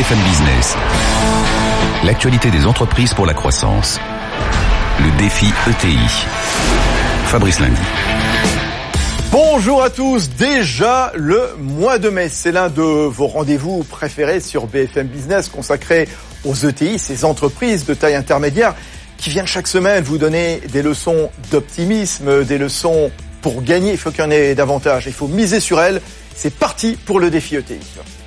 BFM Business. L'actualité des entreprises pour la croissance. Le défi ETI. Fabrice Lundy. Bonjour à tous, déjà le mois de mai, c'est l'un de vos rendez-vous préférés sur BFM Business consacré aux ETI, ces entreprises de taille intermédiaire qui viennent chaque semaine vous donner des leçons d'optimisme, des leçons pour gagner. Il faut qu'il y en ait davantage, il faut miser sur elles. C'est parti pour le défi ETI.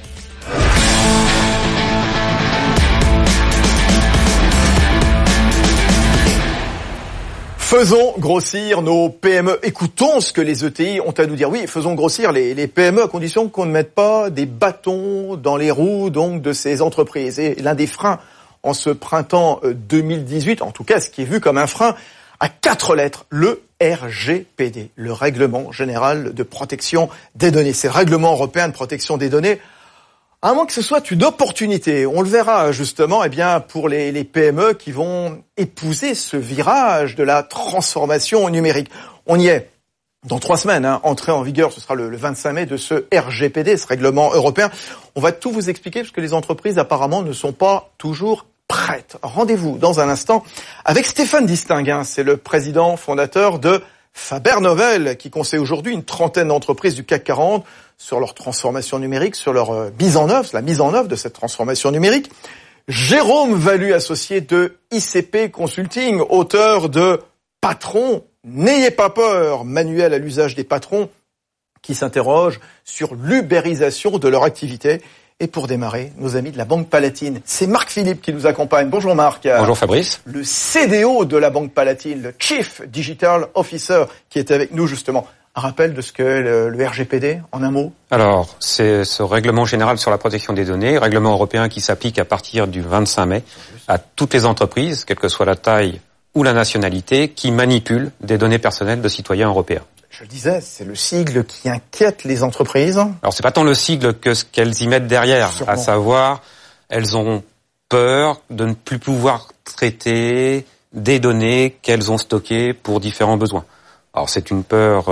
Faisons grossir nos PME. Écoutons ce que les ETI ont à nous dire. Oui, faisons grossir les PME à condition qu'on ne mette pas des bâtons dans les roues donc de ces entreprises. Et l'un des freins en ce printemps 2018, en tout cas ce qui est vu comme un frein à 4 lettres, le RGPD, le Règlement Général de Protection des Données. C'est le Règlement Européen de Protection des Données. À moins que ce soit une opportunité, on le verra justement, pour les PME qui vont épouser ce virage de la transformation numérique. On y est dans 3 semaines, entrée en vigueur, ce sera le 25 mai de ce RGPD, ce règlement européen. On va tout vous expliquer parce que les entreprises apparemment ne sont pas toujours prêtes. Rendez-vous dans un instant avec Stéphane Distinguin, c'est le président fondateur de Faber-Novel qui conseille aujourd'hui une trentaine d'entreprises du CAC 40 sur leur transformation numérique, sur leur mise en œuvre, la mise en œuvre de cette transformation numérique. Jérôme Valu, associé de ICP Consulting, auteur de Patron, n'ayez pas peur, manuel à l'usage des patrons, qui s'interroge sur l'ubérisation de leur activité. Et pour démarrer, nos amis de la Banque Palatine, c'est Marc Philippe qui nous accompagne. Bonjour Marc. Bonjour Fabrice. Le CDO de la Banque Palatine, le Chief Digital Officer, qui est avec nous justement. Un rappel de ce que le RGPD, en un mot? Alors, c'est ce règlement général sur la protection des données, règlement européen qui s'applique à partir du 25 mai à toutes les entreprises, quelle que soit la taille ou la nationalité, qui manipulent des données personnelles de citoyens européens. Je le disais, c'est le sigle qui inquiète les entreprises. Alors, c'est pas tant le sigle que ce qu'elles y mettent derrière, sûrement. À savoir, elles ont peur de ne plus pouvoir traiter des données qu'elles ont stockées pour différents besoins. Alors c'est une peur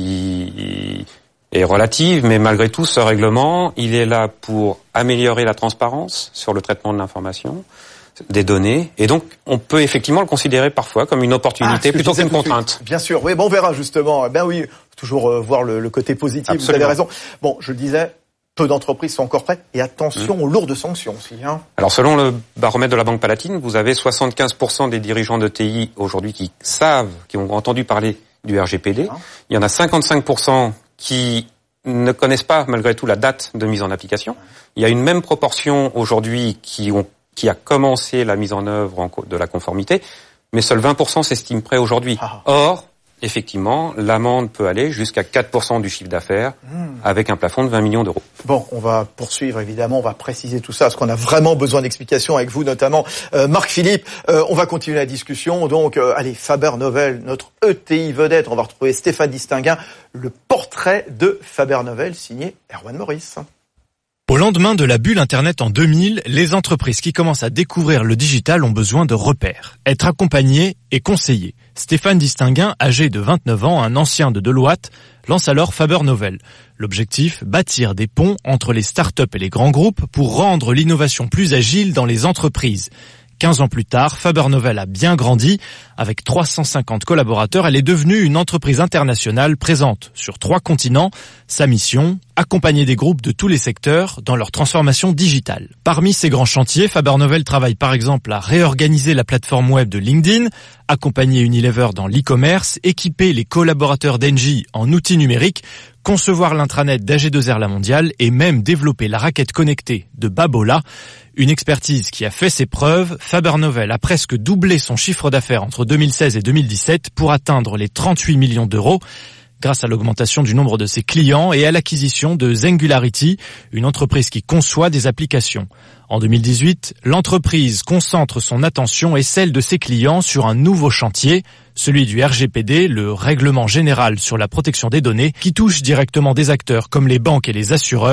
qui est relative, mais malgré tout, ce règlement, il est là pour améliorer la transparence sur le traitement de l'information, des données, et donc on peut effectivement le considérer parfois comme une opportunité plutôt qu'une contrainte. Bien sûr, oui, on verra justement. Oui, toujours voir le côté positif. Absolument. Vous avez raison. Bon, je le disais. Peu d'entreprises sont encore prêtes. Et attention aux lourdes sanctions aussi. Alors, selon le baromètre de la Banque Palatine, vous avez 75% des dirigeants de TI aujourd'hui qui savent, qui ont entendu parler du RGPD. Il y en a 55% qui ne connaissent pas, malgré tout, la date de mise en application. Il y a une même proportion aujourd'hui qui a commencé la mise en œuvre de la conformité, mais seuls 20% s'estiment prêts aujourd'hui. Or, effectivement, l'amende peut aller jusqu'à 4% du chiffre d'affaires avec un plafond de 20 millions d'euros. Bon, on va poursuivre évidemment, on va préciser tout ça parce qu'on a vraiment besoin d'explications avec vous notamment. Marc Philippe, on va continuer la discussion. Donc, allez, Faber-Novel, notre ETI vedette, on va retrouver Stéphane Distinguin, le portrait de Faber-Novel signé Erwan Maurice. Au lendemain de la bulle Internet en 2000, les entreprises qui commencent à découvrir le digital ont besoin de repères, être accompagnées et conseillées. Stéphane Distinguin, âgé de 29 ans, un ancien de Deloitte, lance alors Faber-Novel. L'objectif, bâtir des ponts entre les startups et les grands groupes pour rendre l'innovation plus agile dans les entreprises. 15 ans plus tard, Faber-Novel a bien grandi. Avec 350 collaborateurs, elle est devenue une entreprise internationale présente sur 3 continents. Sa mission, accompagner des groupes de tous les secteurs dans leur transformation digitale. Parmi ces grands chantiers, Faber-Novel travaille par exemple à réorganiser la plateforme web de LinkedIn, accompagner Unilever dans l'e-commerce, équiper les collaborateurs d'Engie en outils numériques, concevoir l'intranet d'AG2R La Mondiale et même développer la raquette connectée de Babola. Une expertise qui a fait ses preuves. Faber-Novel a presque doublé son chiffre d'affaires entre 2016 et 2017 pour atteindre les 38 millions d'euros grâce à l'augmentation du nombre de ses clients et à l'acquisition de Singularity, une entreprise qui conçoit des applications. En 2018, l'entreprise concentre son attention et celle de ses clients sur un nouveau chantier, celui du RGPD, le Règlement Général sur la protection des données, qui touche directement des acteurs comme les banques et les assureurs.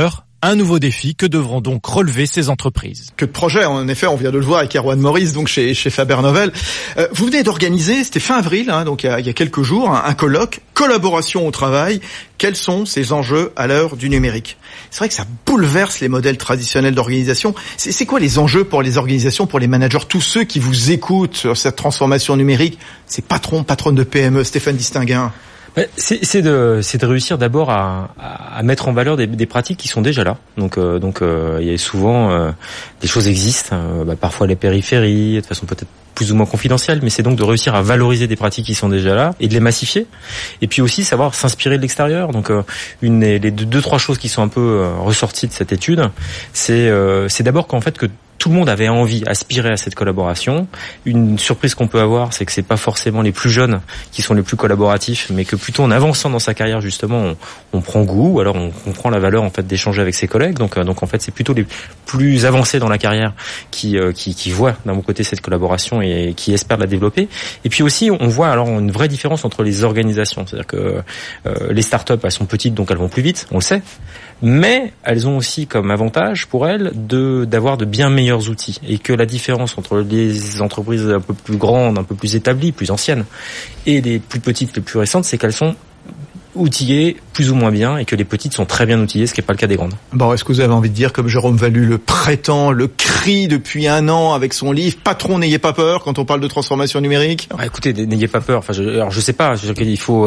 Un nouveau défi que devront donc relever ces entreprises. Que de projets, en effet, on vient de le voir avec Erwan Maurice, donc chez Faber Novel. Vous venez d'organiser, c'était fin avril, donc il y a quelques jours, un colloque, collaboration au travail. Quels sont ces enjeux à l'heure du numérique? C'est vrai que ça bouleverse les modèles traditionnels d'organisation. C'est quoi les enjeux pour les organisations, pour les managers, tous ceux qui vous écoutent sur cette transformation numérique, ces patronnes de PME, Stéphane Distinguin? C'est de réussir d'abord à mettre en valeur des pratiques qui sont déjà là. Donc il y a souvent des choses existent, parfois les périphéries, de façon peut-être plus ou moins confidentielle, mais c'est donc de réussir à valoriser des pratiques qui sont déjà là et de les massifier. Et puis aussi savoir s'inspirer de l'extérieur. Donc les deux trois choses qui sont un peu ressorties de cette étude, c'est d'abord qu'en fait que tout le monde avait envie, aspirait à cette collaboration. Une surprise qu'on peut avoir, c'est que c'est pas forcément les plus jeunes qui sont les plus collaboratifs, mais que plutôt en avançant dans sa carrière, justement, on prend goût, ou alors on comprend la valeur, en fait, d'échanger avec ses collègues. Donc en fait, c'est plutôt les plus avancés dans la carrière qui voient, d'un bon côté, cette collaboration et qui espèrent la développer. Et puis aussi, on voit alors une vraie différence entre les organisations. C'est-à-dire que les startups, elles sont petites, donc elles vont plus vite, on le sait. Mais elles ont aussi comme avantage pour elles d'avoir de bien meilleurs outils, et que la différence entre les entreprises un peu plus grandes, un peu plus établies, plus anciennes, et les plus petites, les plus récentes, c'est qu'elles sont outillées plus ou moins bien, et que les petites sont très bien outillées, ce qui n'est pas le cas des grandes. Bon, est-ce que vous avez envie de dire, comme Jérôme Valu le prétend, le crie depuis un an avec son livre, patron, n'ayez pas peur quand on parle de transformation numérique? Écoutez, n'ayez pas peur. Alors je sais pas, il faut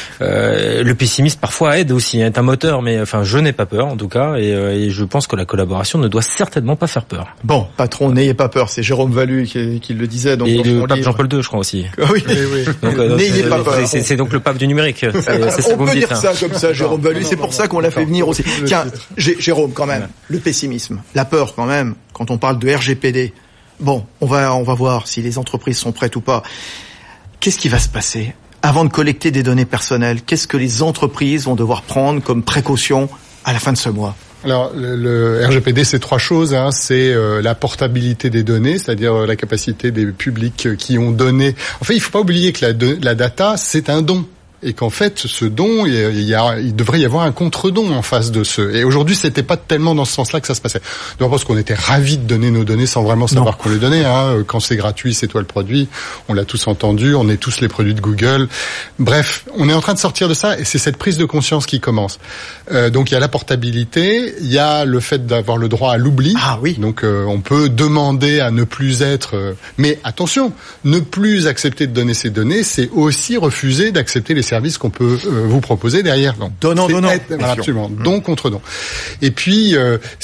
le pessimiste parfois aide aussi, est un moteur, mais je n'ai pas peur en tout cas, et je pense que la collaboration ne doit certainement pas faire peur. Bon, patron, n'ayez pas peur, c'est Jérôme Valu qui le disait. Donc, et dans le pape livre. Jean-Paul II, je crois aussi. Oui. Donc, n'ayez pas peur. C'est donc le pape du numérique. C'est on peut dire ça comme ça, Jérôme Valu. C'est pour ça qu'on l'a fait venir aussi. Tiens, Jérôme, quand même, le pessimisme, la peur quand même, quand on parle de RGPD. Bon, on va voir si les entreprises sont prêtes ou pas. Qu'est-ce qui va se passer avant de collecter des données personnelles? Qu'est-ce que les entreprises vont devoir prendre comme précaution à la fin de ce mois? Alors, le RGPD, c'est trois choses. C'est la portabilité des données, c'est-à-dire la capacité des publics qui ont donné. En fait, il faut pas oublier que la data, c'est un don. Et qu'en fait, ce don, il devrait y avoir un contre-don en face de ce. Et aujourd'hui, c'était pas tellement dans ce sens-là que ça se passait. D'abord parce qu'on était ravis de donner nos données sans vraiment savoir qu'on les donnait. Quand c'est gratuit, c'est toi le produit. On l'a tous entendu. On est tous les produits de Google. Bref, on est en train de sortir de ça, et c'est cette prise de conscience qui commence. Donc il y a la portabilité, il y a le fait d'avoir le droit à l'oubli. Ah oui. Donc on peut demander à ne plus être. Mais attention, ne plus accepter de donner ces données, c'est aussi refuser d'accepter les services qu'on peut vous proposer derrière. Donc, donnant. Absolument. Don contre don. Et puis,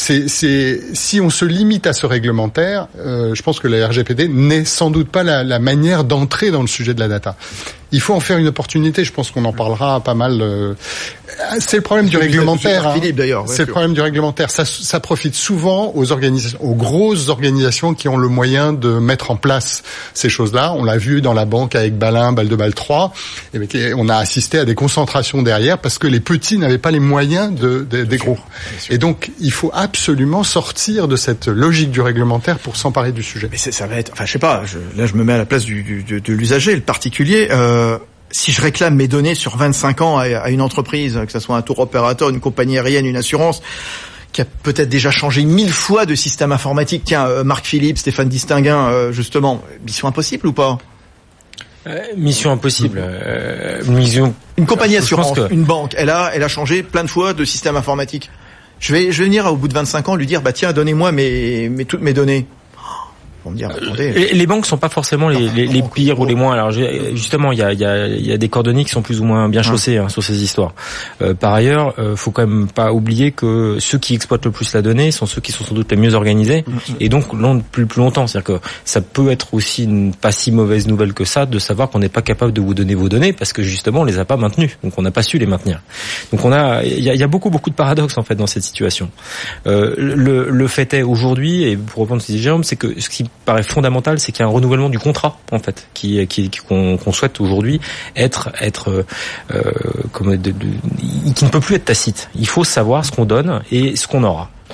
si on se limite à ce réglementaire, je pense que la RGPD n'est sans doute pas la manière d'entrer dans le sujet de la data. Il faut en faire une opportunité. Je pense qu'on en parlera pas mal. C'est le problème du réglementaire. Philippe, d'ailleurs. C'est le problème du réglementaire. Ça profite souvent aux organisations, aux grosses organisations qui ont le moyen de mettre en place ces choses-là. On l'a vu dans la banque avec Balin, BAL2, BAL3. Et on a assisté à des concentrations derrière parce que les petits n'avaient pas les moyens des gros. Et donc, il faut absolument sortir de cette logique du réglementaire pour s'emparer du sujet. Mais ça va être, je sais pas, là je me mets à la place de l'usager, le particulier. Si je réclame mes données sur 25 ans à une entreprise, que ce soit un tour opérateur, une compagnie aérienne, une assurance, qui a peut-être déjà changé 1000 fois de système informatique. Tiens, Marc Philippe, Stéphane Distinguin, justement, mission impossible ou pas? Mission impossible. Une compagnie assurance, une banque, elle a changé plein de fois de système informatique. Je vais venir au bout de 25 ans lui dire, tiens, donnez-moi toutes mes données. Pour me dire, attendez. Les banques sont pas forcément les pires ou les moins. Alors justement, il y a des cordonniers qui sont plus ou moins bien chaussés sur ces histoires. Par ailleurs, faut quand même pas oublier que ceux qui exploitent le plus la donnée sont ceux qui sont sans doute les mieux organisés et donc plus longtemps. C'est-à-dire que ça peut être aussi une pas si mauvaise nouvelle que ça de savoir qu'on n'est pas capable de vous donner vos données parce que justement on les a pas maintenues. Donc on n'a pas su les maintenir. Donc il y a beaucoup de paradoxes en fait dans cette situation. Le fait est aujourd'hui, et pour reprendre ce que dit Jérôme, c'est que ce qui paraît fondamental, c'est qu'il y a un renouvellement du contrat en fait, qu'on souhaite aujourd'hui être qui ne peut plus être tacite. Il faut savoir ce qu'on donne et ce qu'on aura.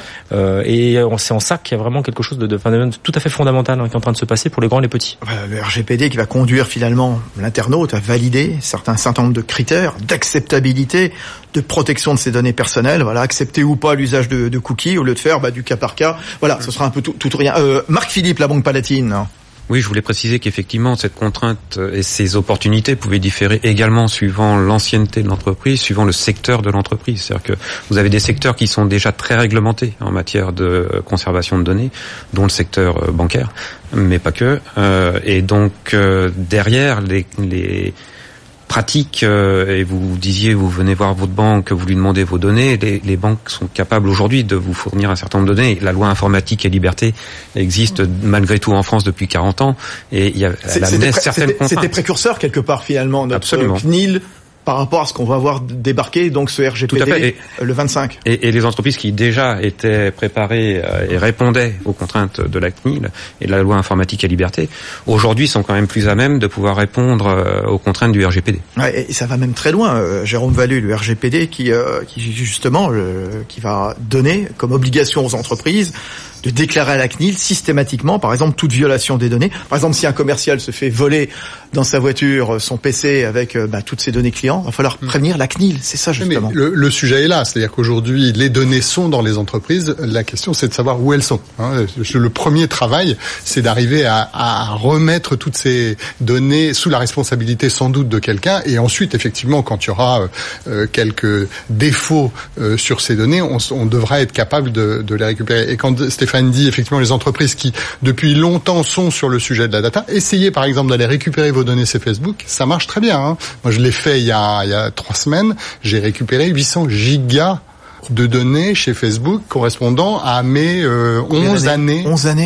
Et c'est en ça qu'il y a vraiment quelque chose de tout à fait fondamental qui est en train de se passer pour les grands et les petits. Le RGPD qui va conduire finalement l'internaute à valider un certain nombre de critères d'acceptabilité, de protection de ses données personnelles, voilà, accepter ou pas l'usage de cookies au lieu de faire du cas par cas. Voilà, ce sera un peu tout ou rien. Marc Philippe, la Banque Palatine. Oui, je voulais préciser qu'effectivement, cette contrainte et ces opportunités pouvaient différer également suivant l'ancienneté de l'entreprise, suivant le secteur de l'entreprise. C'est-à-dire que vous avez des secteurs qui sont déjà très réglementés en matière de conservation de données, dont le secteur bancaire, mais pas que. Et donc, derrière, les pratiques, et vous disiez, vous venez voir votre banque, vous lui demandez vos données, les banques sont capables aujourd'hui de vous fournir un certain nombre de données. La loi informatique et liberté existe malgré tout en France depuis 40 ans, et il y a certaines contraintes. C'était précurseur quelque part finalement, notre Absolument. CNIL, par rapport à ce qu'on va voir débarquer, donc ce RGPD le 25. Et les entreprises qui déjà étaient préparées et répondaient aux contraintes de la CNIL et de la loi informatique et liberté, aujourd'hui sont quand même plus à même de pouvoir répondre aux contraintes du RGPD. Ouais, et ça va même très loin, Jérôme Vallu, le RGPD qui justement qui va donner comme obligation aux entreprises de déclarer à la CNIL systématiquement, par exemple, toute violation des données. Par exemple, si un commercial se fait voler dans sa voiture son PC avec toutes ses données clients, il va falloir prévenir la CNIL. C'est ça, justement. Mais le sujet est là. C'est-à-dire qu'aujourd'hui, les données sont dans les entreprises. La question, c'est de savoir où elles sont. Le premier travail, c'est d'arriver à remettre toutes ces données sous la responsabilité sans doute de quelqu'un. Et ensuite, effectivement, quand il y aura quelques défauts sur ces données, on devra être capable de les récupérer. Et quand Stéphane dit effectivement les entreprises qui depuis longtemps sont sur le sujet de la data, essayez par exemple d'aller récupérer vos données chez Facebook, ça marche très bien. Moi je l'ai fait il y a 3 semaines, j'ai récupéré 800 gigas de données chez Facebook correspondant à mes 11 années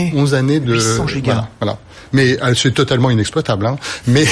de 800 gigas. Voilà. Mais c'est totalement inexploitable. Mais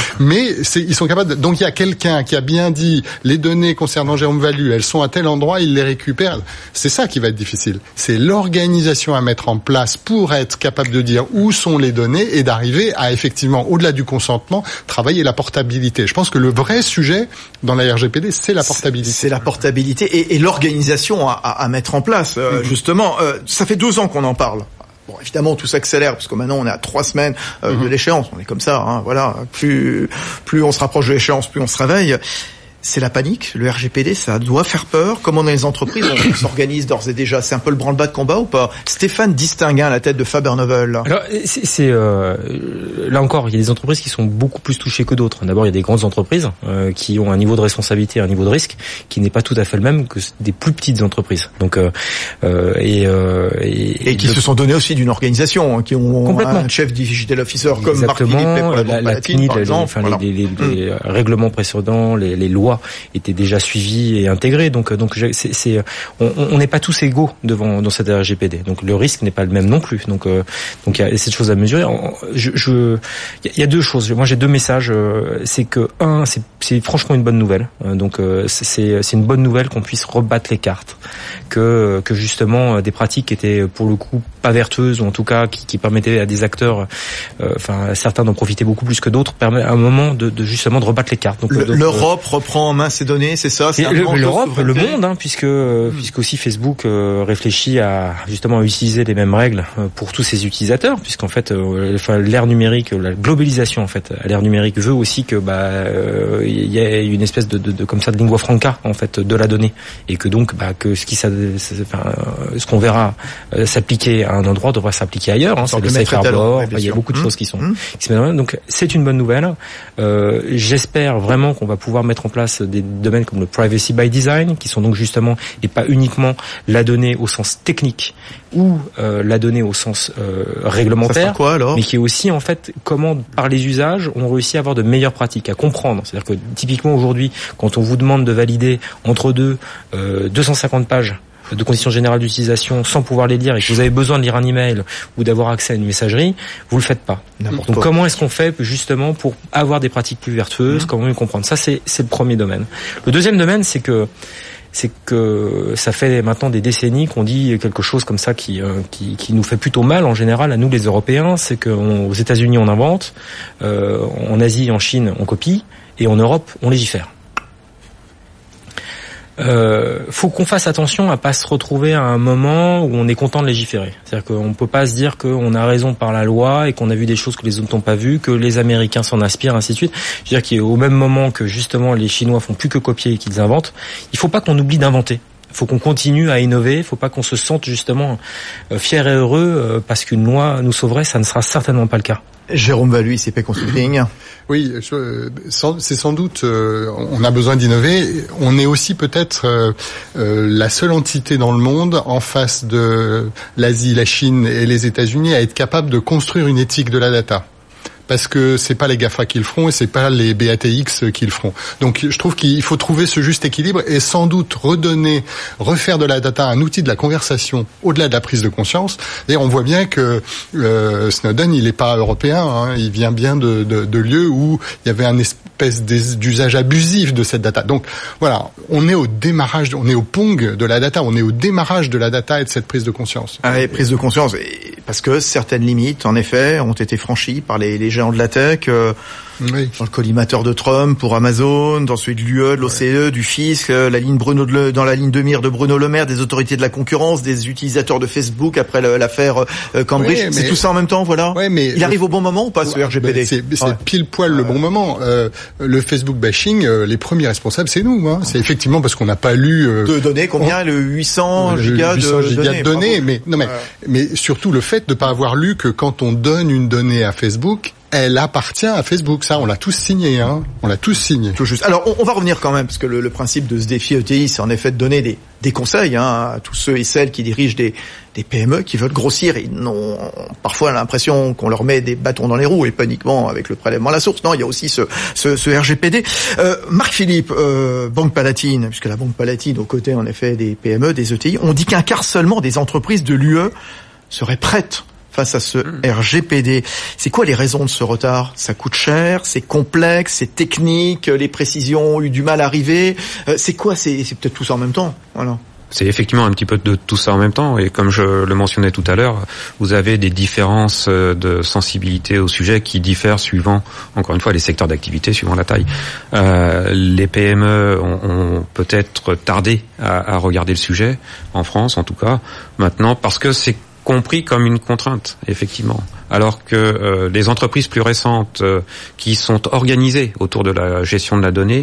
ils sont capables. Donc il y a quelqu'un qui a bien dit les données concernant Jérôme Vallu, elles sont à tel endroit, il les récupère. C'est ça qui va être difficile. C'est l'organisation à mettre en place pour être capable de dire où sont les données et d'arriver à effectivement, au-delà du consentement, travailler la portabilité. Je pense que le vrai sujet dans la RGPD, c'est la portabilité. C'est la portabilité et l'organisation à mettre en place. Justement, ça fait 2 ans qu'on en parle. Bon, évidemment, tout s'accélère parce que maintenant on est à 3 semaines de l'échéance. On est comme ça, voilà. Plus on se rapproche de l'échéance, plus on se réveille. C'est la panique. Le RGPD, ça doit faire peur. Comment dans les entreprises on s'organise d'ores et déjà? C'est un peu le branle-bas de combat ou pas? Stéphane Distinguin à la tête de Faber Novel. Alors, là encore, il y a des entreprises qui sont beaucoup plus touchées que d'autres. D'abord, il y a des grandes entreprises qui ont un niveau de responsabilité, un niveau de risque qui n'est pas tout à fait le même que des plus petites entreprises. Donc, et qui se sont donnés aussi d'une organisation, qui ont un chef digital officer comme Marc Philippe pour la Banque Palatine, par exemple. Les règlements précédents, les lois étaient déjà suivies et intégrées. Donc on n'est pas tous égaux dans cette RGPD. Donc le risque n'est pas le même non plus. Donc il y a cette chose à mesurer. Il y a 2 choses. Moi j'ai 2 messages. C'est que c'est franchement une bonne nouvelle. Donc c'est une bonne nouvelle qu'on puisse rebattre les cartes. Que justement des pratiques qui étaient pour le coup pas vertueuses ou en tout cas qui permettaient à des acteurs, certains d'en profiter beaucoup plus que d'autres, permet à un moment de justement de rebattre les cartes. Donc l'Europe reprend en main ces données, c'est ça? L'Europe, le monde, puisque aussi Facebook réfléchit à justement utiliser les mêmes règles pour tous ses utilisateurs, puisqu'en fait, l'ère numérique, la globalisation en fait, à l'ère numérique veut aussi que il y ait une espèce de comme ça de lingua franca en fait de la donnée, et que donc ce qu'on verra s'appliquer à un endroit devra s'appliquer ailleurs. C'est le safe harbor. Il y a beaucoup de choses qui se mettent en place. Donc c'est une bonne nouvelle. J'espère vraiment qu'on va pouvoir mettre en place des domaines comme le privacy by design, qui sont donc justement et pas uniquement la donnée au sens technique ou la donnée au sens réglementaire, mais qui est aussi en fait comment par les usages on réussit à avoir de meilleures pratiques, à comprendre. C'est-à-dire que typiquement aujourd'hui, quand on vous demande de valider entre 250 pages de conditions générales d'utilisation sans pouvoir les lire et que vous avez besoin de lire un email ou d'avoir accès à une messagerie, vous le faites pas. Donc comment est-ce qu'on fait justement pour avoir des pratiques plus vertueuses, comment mieux comprendre? Ça c'est le premier domaine. Le deuxième domaine, c'est que ça fait maintenant des décennies qu'on dit quelque chose comme ça qui nous fait plutôt mal en général à nous les Européens, c'est qu'aux États-Unis on invente, en Asie et en Chine on copie, et en Europe on légifère. Faut qu'on fasse attention à pas se retrouver à un moment où on est content de légiférer. C'est-à-dire qu'on peut pas se dire qu'on a raison par la loi et qu'on a vu des choses que les autres n'ont pas vues, que les Américains s'en inspirent, ainsi de suite. Je veux dire qu'au même moment que justement les Chinois font plus que copier et qu'ils inventent, il faut pas qu'on oublie d'inventer. Il faut qu'on continue à innover. Il faut pas qu'on se sente justement fier et heureux parce qu'une loi nous sauverait. Ça ne sera certainement pas le cas. Jérôme Valu, ICP Consulting. Oui, c'est sans doute, on a besoin d'innover. On est aussi peut-être la seule entité dans le monde, en face de l'Asie, la Chine et les États-Unis, à être capable de construire une éthique de la data. Parce que c'est pas les GAFA qui le feront et c'est pas les BATX qui le feront. Donc je trouve qu'il faut trouver ce juste équilibre et sans doute refaire de la data un outil de la conversation au-delà de la prise de conscience. D'ailleurs, on voit bien que Snowden, il est pas européen, hein, il vient bien de lieux où il y avait un espèce d'usage abusif de cette data. Donc voilà, on est au démarrage, on est au pong de la data, on est au démarrage de la data et de cette prise de conscience. Ah, et prise de conscience, parce que certaines limites, en effet, ont été franchies par les géants de la tech, oui. Dans le collimateur de Trump pour Amazon, dans celui de l'UE, de l'OCDE, du fisc, dans la ligne de mire de Bruno Le Maire, des autorités de la concurrence, des utilisateurs de Facebook après l'affaire Cambridge. Oui, c'est tout ça en même temps, voilà. Oui, mais il arrive au bon moment ou pas, ce RGPD? C'est pile poil le bon moment. Le Facebook bashing, les premiers responsables, c'est nous. Hein. C'est effectivement parce qu'on n'a pas lu... de données, combien? Le 800 gigas de données. Mais surtout le fait de ne pas avoir lu que quand on donne une donnée à Facebook, elle appartient à Facebook. Ça, on l'a tous signé, hein. On l'a tous signé. Tout juste. Alors, on va revenir quand même, parce que le principe de ce défi ETI, c'est en effet de donner des conseils, hein, à tous ceux et celles qui dirigent des PME qui veulent grossir. Ils ont parfois l'impression qu'on leur met des bâtons dans les roues, et pas uniquement avec le prélèvement à la source. Non, il y a aussi ce RGPD. Marc Philippe, Banque Palatine, puisque la Banque Palatine, aux côtés, en effet, des PME, des ETI, on dit qu'un quart seulement des entreprises de l'UE seraient prêtes face à ce RGPD. C'est quoi les raisons de ce retard? Ça coûte cher, c'est complexe, c'est technique, les précisions ont eu du mal à arriver. C'est quoi? C'est peut-être tout ça en même temps. Voilà. C'est effectivement un petit peu de tout ça en même temps, et comme je le mentionnais tout à l'heure, vous avez des différences de sensibilité au sujet qui diffèrent suivant, encore une fois, les secteurs d'activité, suivant la taille. Les PME ont peut-être tardé à regarder le sujet, en France en tout cas, maintenant, parce que c'est compris comme une contrainte, effectivement. Alors que les entreprises plus récentes qui sont organisées autour de la gestion de la donnée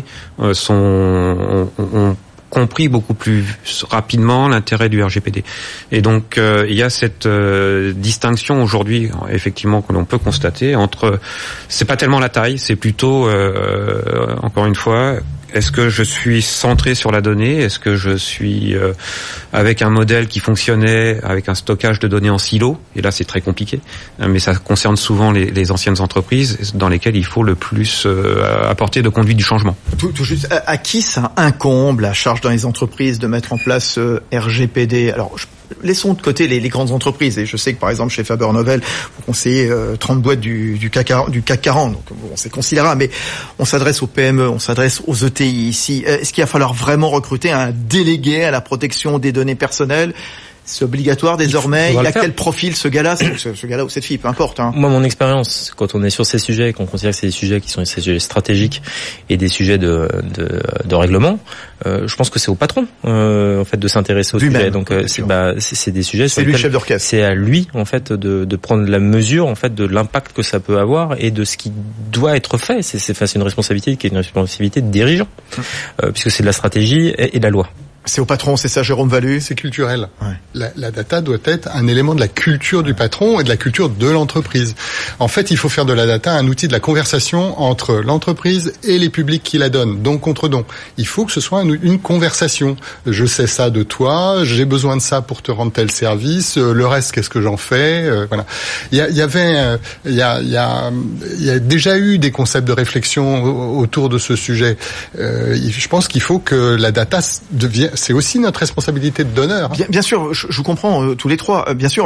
ont compris beaucoup plus rapidement l'intérêt du RGPD. Et donc il y a cette distinction aujourd'hui, effectivement, que l'on peut constater entre, c'est pas tellement la taille, c'est plutôt encore une fois, est-ce que je suis centré sur la donnée? Est-ce que je suis avec un modèle qui fonctionnait avec un stockage de données en silo? Et là, c'est très compliqué. Mais ça concerne souvent les anciennes entreprises dans lesquelles il faut le plus apporter de conduite du changement. Tout juste, à qui ça incombe la charge dans les entreprises de mettre en place RGPD? Alors, laissons de côté les grandes entreprises. Et je sais que, par exemple, chez Faber Novel, vous conseillez 30 boîtes du CAC 40. Donc, bon, c'est considérable. Mais on s'adresse aux PME, on s'adresse aux ETI ici. Est-ce qu'il va falloir vraiment recruter un délégué à la protection des données personnelles? C'est obligatoire désormais. Il a quel profil ce gars-là, ce gars-là ou cette fille, peu importe. Hein. Moi, mon expérience, quand on est sur ces sujets, qu'on considère que c'est des sujets qui sont des sujets stratégiques et des sujets de règlement, je pense que c'est au patron en fait de s'intéresser au sujet. Donc c'est des sujets. C'est lui le chef d'orchestre. C'est à lui en fait de prendre la mesure en fait de l'impact que ça peut avoir et de ce qui doit être fait. C'est une responsabilité qui est une responsabilité de dirigeant, puisque c'est de la stratégie et de la loi. C'est au patron, c'est ça, Jérôme Valu? C'est culturel. Ouais. La data doit être un élément de la culture du patron et de la culture de l'entreprise. En fait, il faut faire de la data un outil de la conversation entre l'entreprise et les publics qui la donnent, don contre don. Il faut que ce soit une conversation. Je sais ça de toi, j'ai besoin de ça pour te rendre tel service, le reste, qu'est-ce que j'en fais? Voilà. Il y a déjà eu des concepts de réflexion autour de ce sujet. Je pense qu'il faut que la data c'est aussi notre responsabilité de donneur. Bien sûr, je vous comprends tous les trois, bien sûr, mais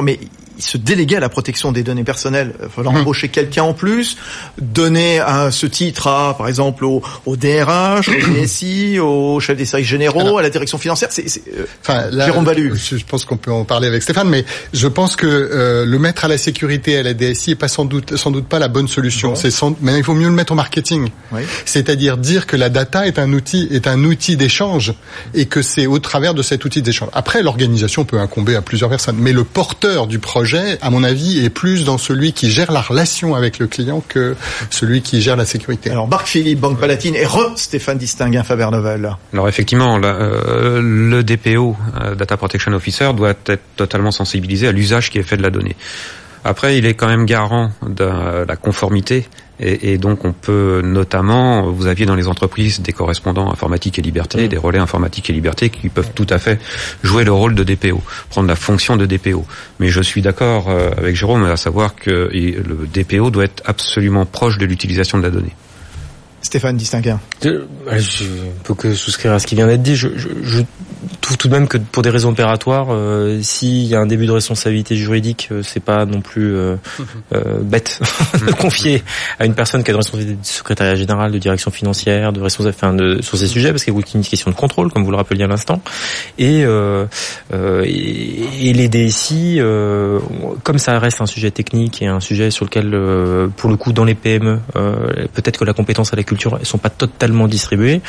se déléguer à la protection des données personnelles. Il va falloir embaucher quelqu'un en plus, donner à ce titre à, par exemple, au DRH, au DSI, au chef des services généraux, à la direction financière. Jérôme Vallu. Je pense qu'on peut en parler avec Stéphane, mais je pense que le mettre à la sécurité, à la DSI, est pas sans doute pas la bonne solution. Bon. Mais il faut mieux le mettre au marketing. Oui. C'est-à-dire dire que la data est un outil d'échange et que c'est au travers de cet outil d'échange. Après, l'organisation peut incomber à plusieurs personnes, mais le porteur du projet, à mon avis, est plus dans celui qui gère la relation avec le client que celui qui gère la sécurité. Alors, Marc Philippe, Banque Palatine, et Stéphane Distinguin, Faber Novel. Alors effectivement, le DPO, Data Protection Officer, doit être totalement sensibilisé à l'usage qui est fait de la donnée. Après, il est quand même garant de la conformité et donc on peut notamment, vous aviez dans les entreprises des correspondants informatique et liberté, des relais informatique et liberté qui peuvent tout à fait jouer le rôle de DPO, prendre la fonction de DPO. Mais je suis d'accord avec Jérôme à savoir que le DPO doit être absolument proche de l'utilisation de la donnée. Stéphane Distinguin. Je peux que souscrire à ce qui vient d'être dit. Je trouve tout de même que pour des raisons opératoires, s'il y a un début de responsabilité juridique, c'est pas non plus bête de confier à une personne qui a de responsabilité de secrétariat général, de direction financière, de responsable, sur ces sujets, parce qu'il y a une question de contrôle, comme vous le rappeliez à l'instant. Et les DSI, comme ça reste un sujet technique et un sujet sur lequel, pour le coup, dans les PME, peut-être que la compétence à la culture, elles sont pas totalement distribuées.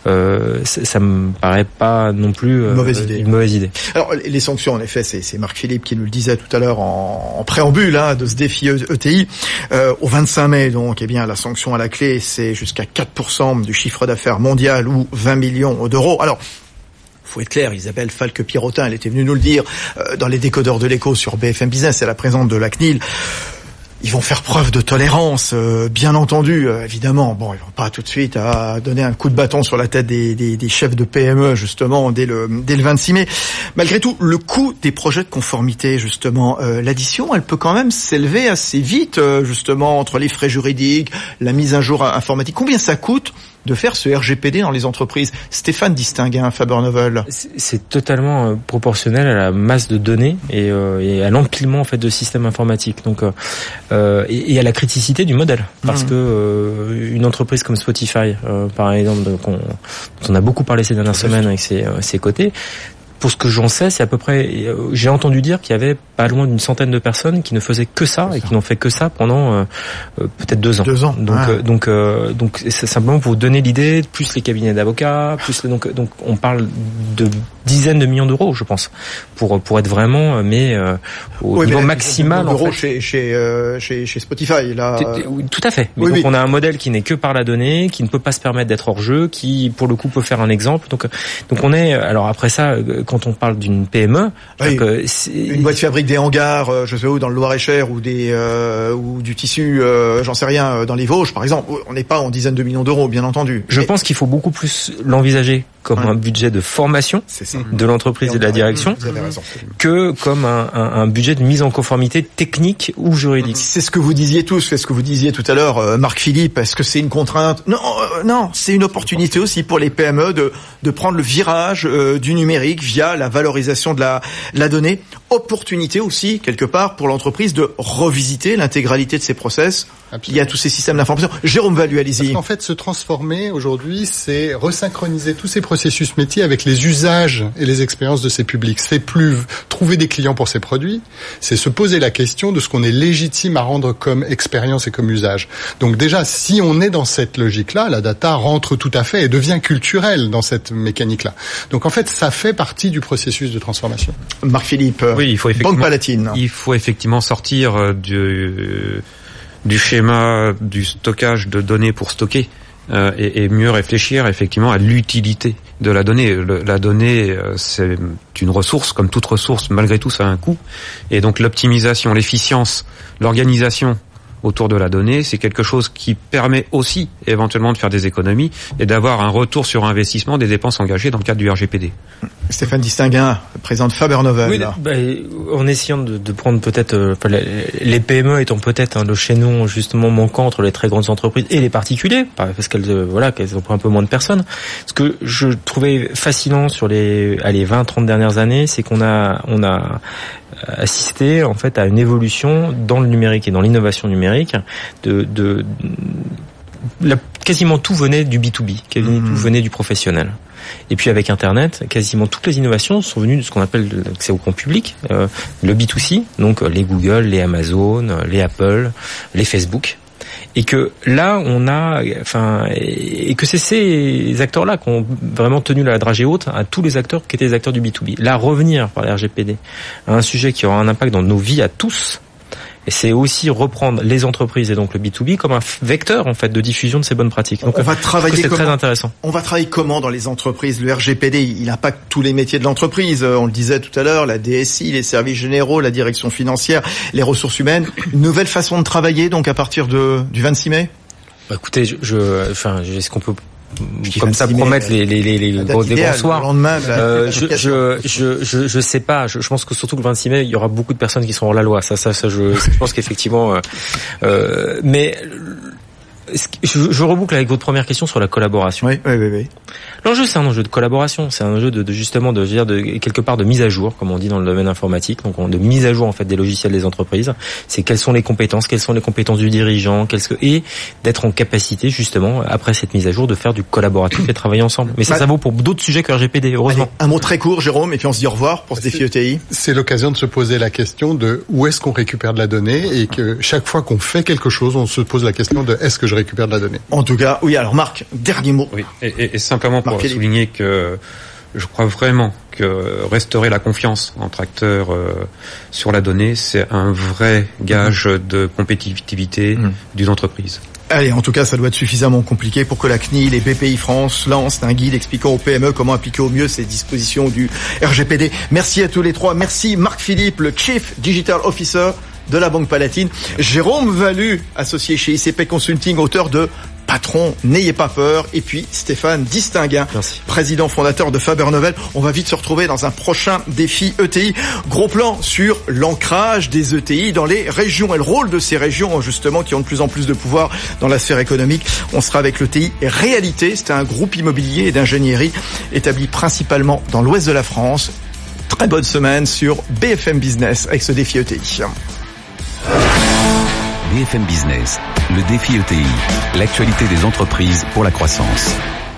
Ça me paraît pas non plus une mauvaise idée. Alors les sanctions, en effet, c'est Marc Philippe qui nous le disait tout à l'heure en préambule de ce défi ETI. Au 25 mai, donc, la sanction à la clé, c'est jusqu'à 4% du chiffre d'affaires mondial ou 20 millions d'euros. Alors, faut être clair, Isabelle Falque-Pirotin, elle était venue nous le dire dans les décodeurs de l'écho sur BFM Business, c'est la présidente de la CNIL. Ils vont faire preuve de tolérance, bien entendu, évidemment. Bon, ils vont pas tout de suite à donner un coup de bâton sur la tête des chefs de PME, justement, dès le 26 mai. Malgré tout, le coût des projets de conformité, justement, l'addition, elle peut quand même s'élever assez vite, justement, entre les frais juridiques, la mise à jour informatique. Combien ça coûte de faire ce RGPD dans les entreprises? Stéphane Distinguin, Faber Novel. C'est totalement proportionnel à la masse de données et à l'empilement en fait de systèmes informatiques. Donc et à la criticité du modèle, parce que une entreprise comme Spotify, par exemple, dont on a beaucoup parlé ces dernières semaines avec ses côtés. Pour ce que j'en sais, c'est à peu près. J'ai entendu dire qu'il y avait pas loin d'une centaine de personnes qui ne faisaient que ça et qui n'ont fait que ça pendant peut-être 2 ans. 2 ans. Donc c'est simplement pour vous donner l'idée. Plus les cabinets d'avocats, donc on parle de dizaines de millions d'euros, je pense, pour être vraiment au niveau maximal en fait. Chez Spotify là. Tout à fait. Mais donc on a un modèle qui n'est que par la donnée, qui ne peut pas se permettre d'être hors jeu, qui pour le coup peut faire un exemple. Donc on est. Alors après ça. Quand on parle d'une PME, une boîte qui fabrique des hangars, je sais où, dans le Loir-et-Cher, ou du tissu, j'en sais rien, dans les Vosges, par exemple, on n'est pas en dizaines de millions d'euros, bien entendu. Je pense qu'il faut beaucoup plus l'envisager comme un budget de formation de l'entreprise et de la direction que comme un budget de mise en conformité technique ou juridique. C'est ce que vous disiez tous, c'est ce que vous disiez tout à l'heure, Marc Philippe. Est-ce que c'est une contrainte? Non, c'est une opportunité aussi pour les PME de prendre le virage du numérique via la valorisation de la donnée. Opportunité aussi, quelque part, pour l'entreprise de revisiter l'intégralité de ses process. Absolument. Il y a tous ces systèmes d'information. Jérôme Vallu, allez-y. En fait, se transformer aujourd'hui, c'est resynchroniser tous ces processus métiers avec les usages et les expériences de ses publics. C'est plus trouver des clients pour ses produits, c'est se poser la question de ce qu'on est légitime à rendre comme expérience et comme usage. Donc déjà, si on est dans cette logique-là, la data rentre tout à fait et devient culturelle dans cette mécanique-là. Donc en fait, ça fait partie du processus de transformation. Marc Philippe, Banque Palatine. Il faut effectivement sortir du schéma du stockage de données pour stocker et mieux réfléchir effectivement à l'utilité de la donnée. La donnée, c'est une ressource, comme toute ressource, malgré tout ça a un coût. Et donc l'optimisation, l'efficience, l'organisation autour de la donnée, c'est quelque chose qui permet aussi éventuellement de faire des économies et d'avoir un retour sur investissement des dépenses engagées dans le cadre du RGPD. Stéphane Distinguin, président de Faber Novel. Oui, en essayant de prendre peut-être les PME étant peut-être le chaînon justement manquant entre les très grandes entreprises et les particuliers, parce qu'elles ont un peu moins de personnes. Ce que je trouvais fascinant sur les 20-30 dernières années, c'est qu'on a assisté en fait à une évolution dans le numérique et dans l'innovation numérique. Quasiment tout venait du B2B, quasiment tout venait du professionnel. Et puis avec Internet, quasiment toutes les innovations sont venues de ce qu'on appelle l'accès au grand public, le B2C, donc les Google, les Amazon, les Apple, les Facebook. Et que là, et que c'est ces acteurs-là qui ont vraiment tenu la dragée haute à tous les acteurs qui étaient les acteurs du B2B. Là, revenir par la RGPD à un sujet qui aura un impact dans nos vies à tous, et c'est aussi reprendre les entreprises et donc le B2B comme un vecteur en fait de diffusion de ces bonnes pratiques. Donc on va travailler très intéressant. On va travailler comment dans les entreprises? Le RGPD, il impacte tous les métiers de l'entreprise. On le disait tout à l'heure, la DSI, les services généraux, la direction financière, les ressources humaines. Une nouvelle façon de travailler donc à partir du 26 mai. Écoutez, est-ce qu'on peut comme ça promettre les gros soirs. Le lendemain, je sais pas. Je pense que surtout le 26 mai, il y aura beaucoup de personnes qui seront hors la loi. Je pense qu'effectivement. Mais je reboucle avec votre première question sur la collaboration. Oui. L'enjeu, c'est un enjeu de collaboration. C'est un enjeu justement de quelque part de mise à jour, comme on dit dans le domaine informatique. Donc, de mise à jour, en fait, des logiciels des entreprises. C'est quelles sont les compétences du dirigeant, et d'être en capacité, justement, après cette mise à jour, de faire du collaboratif et travailler ensemble. Mais ça vaut pour d'autres sujets que RGPD, heureusement. Allez, un mot très court, Jérôme, et puis on se dit au revoir pour ce défi ETI. C'est l'occasion de se poser la question de où est-ce qu'on récupère de la donnée, et que chaque fois qu'on fait quelque chose, on se pose la question de est-ce que je récupère de la donnée. En tout cas, oui. Alors Marc, dernier mot. Oui. Et simplement pour souligner que je crois vraiment que restaurer la confiance entre acteurs sur la donnée, c'est un vrai gage de compétitivité d'une entreprise. Allez, en tout cas, ça doit être suffisamment compliqué pour que la CNIL et BPI France lancent un guide expliquant aux PME comment appliquer au mieux ces dispositions du RGPD. Merci à tous les trois. Merci Marc Philippe, le Chief Digital Officer de la Banque Palatine. Jérôme Valu, associé chez ICP Consulting, auteur de Patron, n'ayez pas peur. Et puis Stéphane Distinguin, président fondateur de Faber Novel. On va vite se retrouver dans un prochain défi ETI. Gros plan sur l'ancrage des ETI dans les régions et le rôle de ces régions, justement, qui ont de plus en plus de pouvoir dans la sphère économique. On sera avec l'ETI Réalité. C'est un groupe immobilier et d'ingénierie établi principalement dans l'ouest de la France. Très bonne semaine sur BFM Business avec ce défi ETI. BFM Business, le défi ETI, l'actualité des entreprises pour la croissance.